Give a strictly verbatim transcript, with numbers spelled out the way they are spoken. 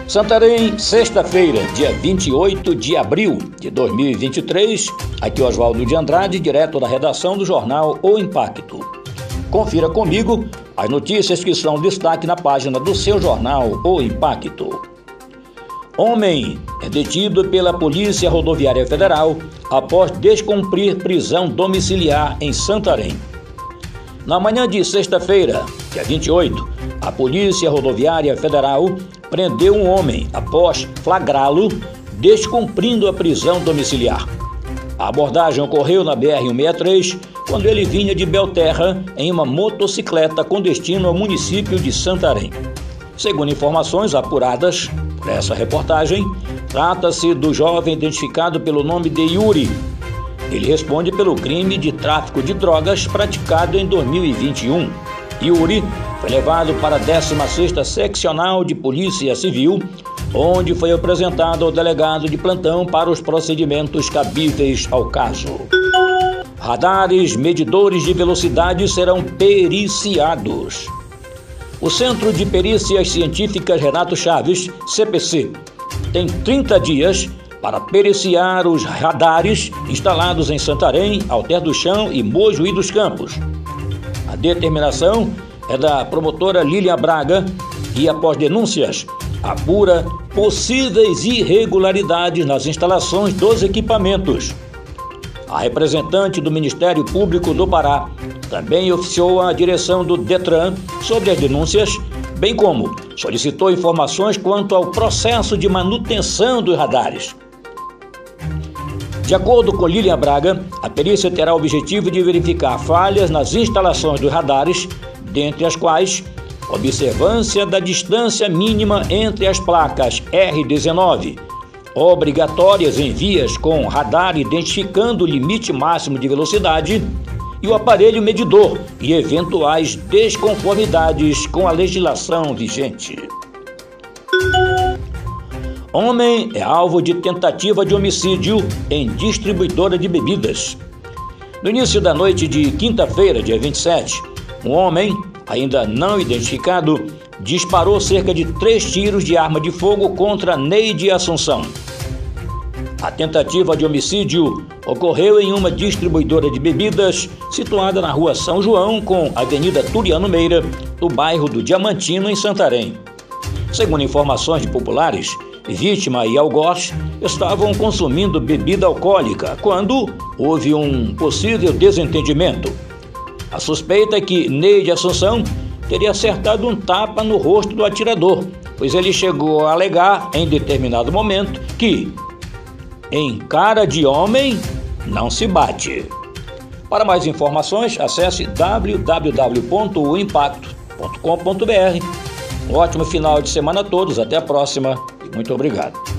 Santarém, sexta-feira, dia vinte e oito de abril de dois mil e vinte e três. Aqui Oswaldo de Andrade, direto da redação do jornal O Impacto. Confira comigo as notícias que são destaque na página do seu jornal O Impacto. Homem é detido pela Polícia Rodoviária Federal após descumprir prisão domiciliar em Santarém. Na manhã de sexta-feira, dia vinte e oito, a Polícia Rodoviária Federal prendeu um homem após flagrá-lo descumprindo a prisão domiciliar. A abordagem ocorreu na B R cento e sessenta e três, quando ele vinha de Belterra em uma motocicleta com destino ao município de Santarém. Segundo informações apuradas por essa reportagem, trata-se do jovem identificado pelo nome de Yuri. Ele responde pelo crime de tráfico de drogas praticado em dois mil e vinte e um. Yuri foi levado para a décima sexta Seccional de Polícia Civil, onde foi apresentado ao delegado de plantão para os procedimentos cabíveis ao caso. Radares medidores de velocidade serão periciados. O Centro de Perícias Científicas Renato Chaves, C P C, tem trinta dias para periciar os radares instalados em Santarém, Alter do Chão e Mojuí dos Campos. A determinação é da promotora Lilian Braga e, após denúncias, apura possíveis irregularidades nas instalações dos equipamentos. A representante do Ministério Público do Pará também oficiou a direção do Detran sobre as denúncias, bem como solicitou informações quanto ao processo de manutenção dos radares. De acordo com Lilian Braga, a perícia terá o objetivo de verificar falhas nas instalações dos radares, dentre as quais observância da distância mínima entre as placas R dezenove, obrigatórias em vias com radar identificando o limite máximo de velocidade, e o aparelho medidor e eventuais desconformidades com a legislação vigente. Homem é alvo de tentativa de homicídio em distribuidora de bebidas. No início da noite de quinta-feira, dia vinte e sete, um homem, ainda não identificado, disparou cerca de três tiros de arma de fogo contra Neide Assunção. A tentativa de homicídio ocorreu em uma distribuidora de bebidas situada na rua São João com a Avenida Turiano Meira, no bairro do Diamantino, em Santarém. Segundo informações de populares, vítima e algoz estavam consumindo bebida alcoólica quando houve um possível desentendimento. A suspeita é que Neide Assunção teria acertado um tapa no rosto do atirador, pois ele chegou a alegar em determinado momento que em cara de homem não se bate. Para mais informações, acesse w w w ponto o impacto ponto com ponto b r. Um ótimo final de semana a todos, até a próxima e muito obrigado.